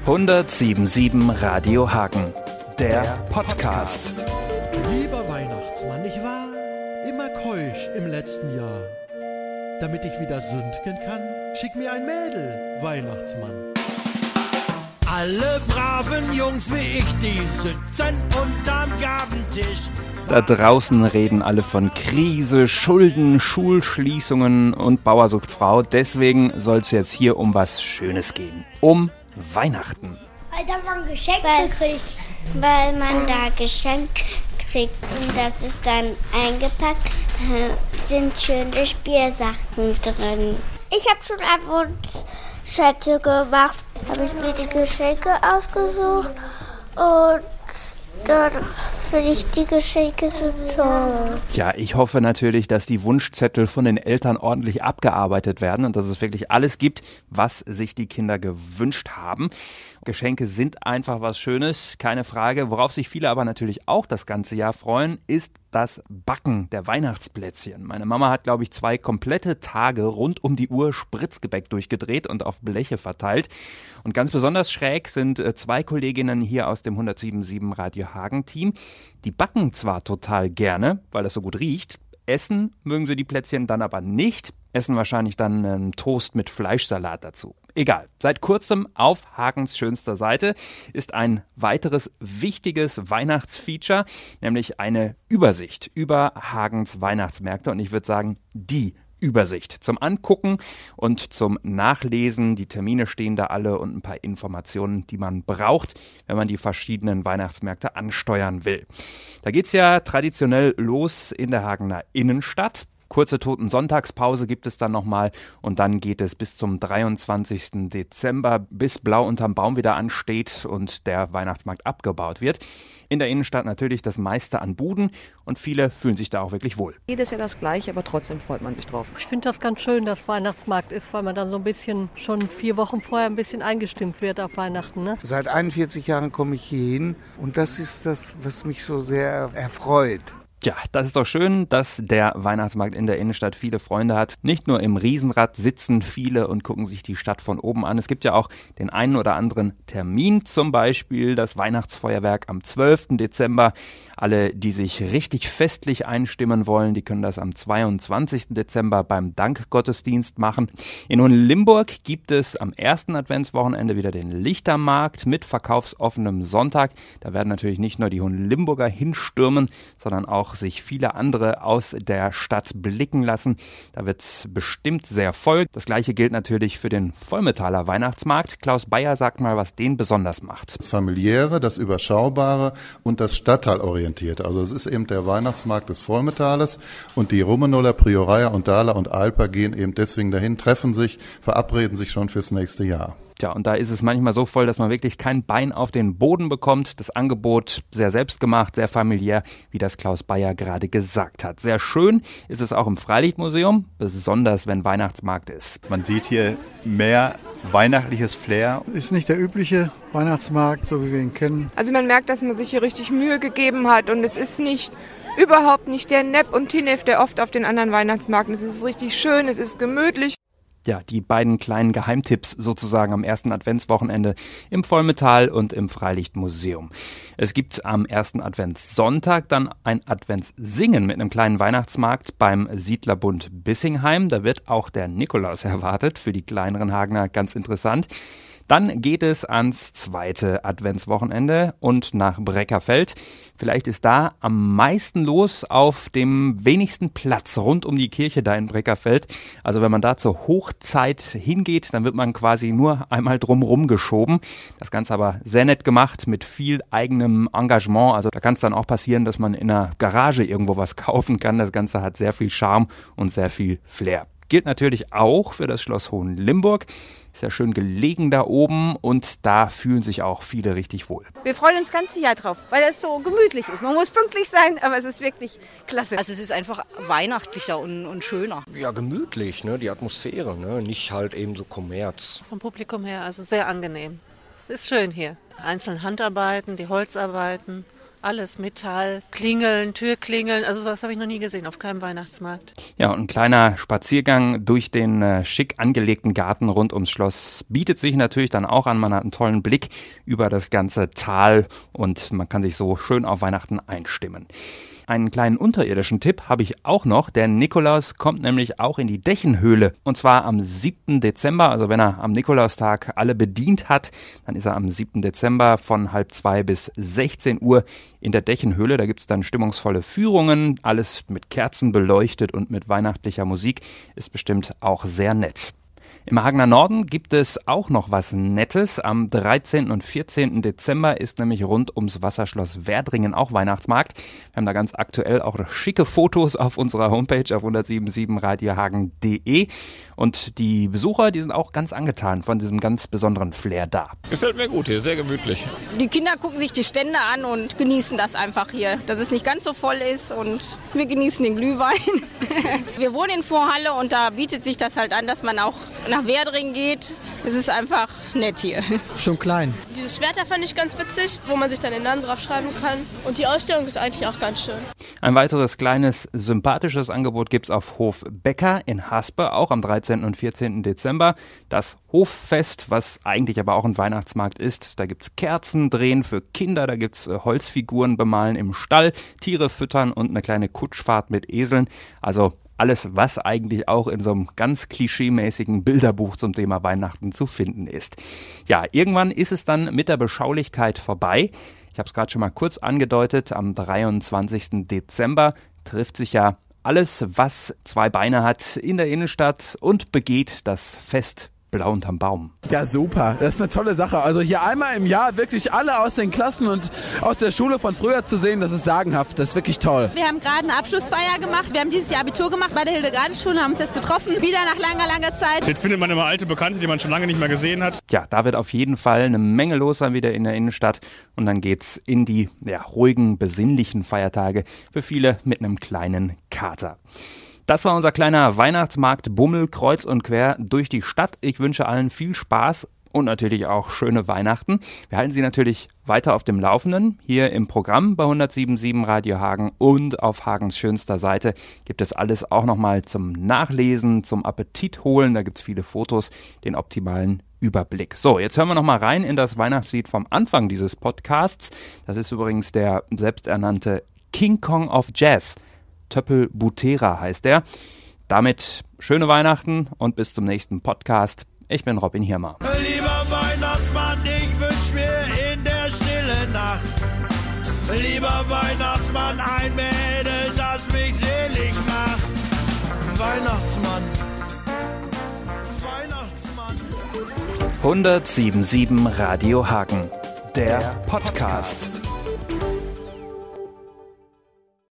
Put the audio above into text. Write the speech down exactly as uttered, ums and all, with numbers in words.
hundertsieben Komma sieben Radio Hagen, der Podcast. Lieber Weihnachtsmann, ich war immer keusch im letzten Jahr. Damit ich wieder sündgen kann, schick mir ein Mädel, Weihnachtsmann. Alle braven Jungs wie ich, die sitzen unterm Gabentisch. Da draußen reden alle von Krise, Schulden, Schulschließungen und Bauer sucht Frau. Deswegen soll es jetzt hier um was Schönes gehen. Um Weihnachten. Weil da man Geschenke kriegt. Weil man da Geschenke kriegt und das ist dann eingepackt. Da sind schöne Spielsachen drin. Ich habe schon Adventsschätze gemacht. Habe ich mir die Geschenke ausgesucht und dann finde ich die Geschenke so toll. Ja, ich hoffe natürlich, dass die Wunschzettel von den Eltern ordentlich abgearbeitet werden und dass es wirklich alles gibt, was sich die Kinder gewünscht haben. Geschenke sind einfach was Schönes, keine Frage. Worauf sich viele aber natürlich auch das ganze Jahr freuen, ist das Backen der Weihnachtsplätzchen. Meine Mama hat, glaube ich, zwei komplette Tage rund um die Uhr Spritzgebäck durchgedreht und auf Bleche verteilt. Und ganz besonders schräg sind zwei Kolleginnen hier aus dem hundertsieben Komma sieben Radio Hagen-Team. Die backen zwar total gerne, weil das so gut riecht, essen mögen sie die Plätzchen dann aber nicht, essen wahrscheinlich dann einen Toast mit Fleischsalat dazu. Egal, seit kurzem auf Hagens schönster Seite ist ein weiteres wichtiges Weihnachtsfeature, nämlich eine Übersicht über Hagens Weihnachtsmärkte und ich würde sagen, die Übersicht zum Angucken und zum Nachlesen. Die Termine stehen da alle und ein paar Informationen, die man braucht, wenn man die verschiedenen Weihnachtsmärkte ansteuern will. Da geht's ja traditionell los in der Hagener Innenstadt. Kurze Totensonntagspause gibt es dann nochmal und dann geht es bis zum dreiundzwanzigsten Dezember, bis Blau unterm Baum wieder ansteht und der Weihnachtsmarkt abgebaut wird. In der Innenstadt natürlich das meiste an Buden und viele fühlen sich da auch wirklich wohl. Jedes Jahr das Gleiche, aber trotzdem freut man sich drauf. Ich finde das ganz schön, dass Weihnachtsmarkt ist, weil man dann so ein bisschen schon vier Wochen vorher ein bisschen eingestimmt wird auf Weihnachten. Ne? Seit einundvierzig Jahren komme ich hier hin und das ist das, was mich so sehr erfreut. Tja, das ist doch schön, dass der Weihnachtsmarkt in der Innenstadt viele Freunde hat. Nicht nur im Riesenrad sitzen viele und gucken sich die Stadt von oben an. Es gibt ja auch den einen oder anderen Termin, zum Beispiel das Weihnachtsfeuerwerk am zwölften Dezember. Alle, die sich richtig festlich einstimmen wollen, die können das am zweiundzwanzigsten Dezember beim Dankgottesdienst machen. In Hohenlimburg gibt es am ersten Adventswochenende wieder den Lichtermarkt mit verkaufsoffenem Sonntag. Da werden natürlich nicht nur die Hohenlimburger hinstürmen, sondern auch sich viele andere aus der Stadt blicken lassen. Da wird's bestimmt sehr voll. Das gleiche gilt natürlich für den Volmetaler Weihnachtsmarkt. Klaus Bayer sagt mal, was den besonders macht. Das Familiäre, das Überschaubare und das Stadtteilorientierte. Also es ist eben der Weihnachtsmarkt des Volmetales und die Rumenoler, Prioreier und Dahler und Alper gehen eben deswegen dahin, treffen sich, verabreden sich schon fürs nächste Jahr. Tja, und da ist es manchmal so voll, dass man wirklich kein Bein auf den Boden bekommt. Das Angebot sehr selbstgemacht, sehr familiär, wie das Klaus Bayer gerade gesagt hat. Sehr schön ist es auch im Freilichtmuseum, besonders wenn Weihnachtsmarkt ist. Man sieht hier mehr weihnachtliches Flair. Ist nicht der übliche Weihnachtsmarkt, so wie wir ihn kennen. Also man merkt, dass man sich hier richtig Mühe gegeben hat und es ist nicht überhaupt nicht der Nepp und Tinef, der oft auf den anderen Weihnachtsmärkten ist. Es ist richtig schön, es ist gemütlich. Ja, die beiden kleinen Geheimtipps sozusagen am ersten Adventswochenende im Volmetal und im Freilichtmuseum. Es gibt am ersten Adventssonntag dann ein Adventssingen mit einem kleinen Weihnachtsmarkt beim Siedlerbund Bissingheim. Da wird auch der Nikolaus erwartet, für die kleineren Hagener ganz interessant. Dann geht es ans zweite Adventswochenende und nach Breckerfeld. Vielleicht ist da am meisten los auf dem wenigsten Platz rund um die Kirche da in Breckerfeld. Also wenn man da zur Hochzeit hingeht, dann wird man quasi nur einmal drumrum geschoben. Das Ganze aber sehr nett gemacht mit viel eigenem Engagement. Also da kann es dann auch passieren, dass man in einer Garage irgendwo was kaufen kann. Das Ganze hat sehr viel Charme und sehr viel Flair. Gilt natürlich auch für das Schloss Hohenlimburg. Ist ja schön gelegen da oben und da fühlen sich auch viele richtig wohl. Wir freuen uns das ganze Jahr drauf, weil es so gemütlich ist. Man muss pünktlich sein, aber es ist wirklich klasse. Also es ist einfach weihnachtlicher und, und schöner. Ja, gemütlich, ne? Die Atmosphäre, ne? Nicht halt eben so Kommerz. Vom Publikum her also sehr angenehm. Ist schön hier. Einzelne Handarbeiten, die Holzarbeiten. Alles, Metall, Klingeln, Türklingeln, also sowas habe ich noch nie gesehen auf keinem Weihnachtsmarkt. Ja, und ein kleiner Spaziergang durch den äh, schick angelegten Garten rund ums Schloss bietet sich natürlich dann auch an. Man hat einen tollen Blick über das ganze Tal und man kann sich so schön auf Weihnachten einstimmen. Einen kleinen unterirdischen Tipp habe ich auch noch. Der Nikolaus kommt nämlich auch in die Dächenhöhle. Und zwar am siebten Dezember. Also wenn er am Nikolaustag alle bedient hat, dann ist er am siebten Dezember von halb zwei bis sechzehn Uhr in der Dächenhöhle. Da gibt es dann stimmungsvolle Führungen. Alles mit Kerzen beleuchtet und mit weihnachtlicher Musik. Ist bestimmt auch sehr nett. Im Hagener Norden gibt es auch noch was Nettes. Am dreizehnten und vierzehnten Dezember ist nämlich rund ums Wasserschloss Werdringen auch Weihnachtsmarkt. Wir haben da ganz aktuell auch schicke Fotos auf unserer Homepage auf hundertsiebenundsiebzig radiohagen punkt de. Und die Besucher, die sind auch ganz angetan von diesem ganz besonderen Flair da. Gefällt mir gut hier, sehr gemütlich. Die Kinder gucken sich die Stände an und genießen das einfach hier, dass es nicht ganz so voll ist und wir genießen den Glühwein. Wir wohnen in Vorhalle und da bietet sich das halt an, dass man auch nach Werdringen geht. Es ist einfach nett hier. Schon klein. Diese Schwerter fand ich ganz witzig, wo man sich dann den Namen drauf schreiben kann. Und die Ausstellung ist eigentlich auch ganz schön. Ein weiteres kleines, sympathisches Angebot gibt's auf Hof Becker in Haspe, auch am dreizehnten und vierzehnten Dezember. Das Hoffest, was eigentlich aber auch ein Weihnachtsmarkt ist. Da gibt's Kerzen drehen für Kinder, da gibt's Holzfiguren bemalen im Stall, Tiere füttern und eine kleine Kutschfahrt mit Eseln. Also alles, was eigentlich auch in so einem ganz klischeemäßigen Bilderbuch zum Thema Weihnachten zu finden ist. Ja, irgendwann ist es dann mit der Beschaulichkeit vorbei. Ich habe es gerade schon mal kurz angedeutet, am dreiundzwanzigsten Dezember trifft sich ja alles, was zwei Beine hat, in der Innenstadt und begeht das Fest Blau unterm Baum. Ja, super. Das ist eine tolle Sache. Also hier einmal im Jahr wirklich alle aus den Klassen und aus der Schule von früher zu sehen, das ist sagenhaft. Das ist wirklich toll. Wir haben gerade eine Abschlussfeier gemacht. Wir haben dieses Jahr Abitur gemacht bei der Hildegarde-Schule, haben uns jetzt getroffen. Wieder nach langer, langer Zeit. Jetzt findet man immer alte Bekannte, die man schon lange nicht mehr gesehen hat. Ja, da wird auf jeden Fall eine Menge los sein wieder in der Innenstadt. Und dann geht's in die ja, ruhigen, besinnlichen Feiertage. Für viele mit einem kleinen Kater. Das war unser kleiner Weihnachtsmarkt Bummel kreuz und quer durch die Stadt. Ich wünsche allen viel Spaß und natürlich auch schöne Weihnachten. Wir halten Sie natürlich weiter auf dem Laufenden. Hier im Programm bei hundertsiebenundsiebzig Radio Hagen und auf Hagens schönster Seite gibt es alles auch nochmal zum Nachlesen, zum Appetit holen. Da gibt es viele Fotos, den optimalen Überblick. So, jetzt hören wir nochmal rein in das Weihnachtslied vom Anfang dieses Podcasts. Das ist übrigens der selbsternannte King Kong of Jazz. Töppel Butera heißt er. Damit schöne Weihnachten und bis zum nächsten Podcast. Ich bin Robin Hirmer. Lieber Weihnachtsmann, ich wünsch mir in der stillen Nacht, lieber Weihnachtsmann, ein Mädel, das mich selig macht. Weihnachtsmann, Weihnachtsmann. hundertsiebenundsiebzig Radio Hagen, der Podcast.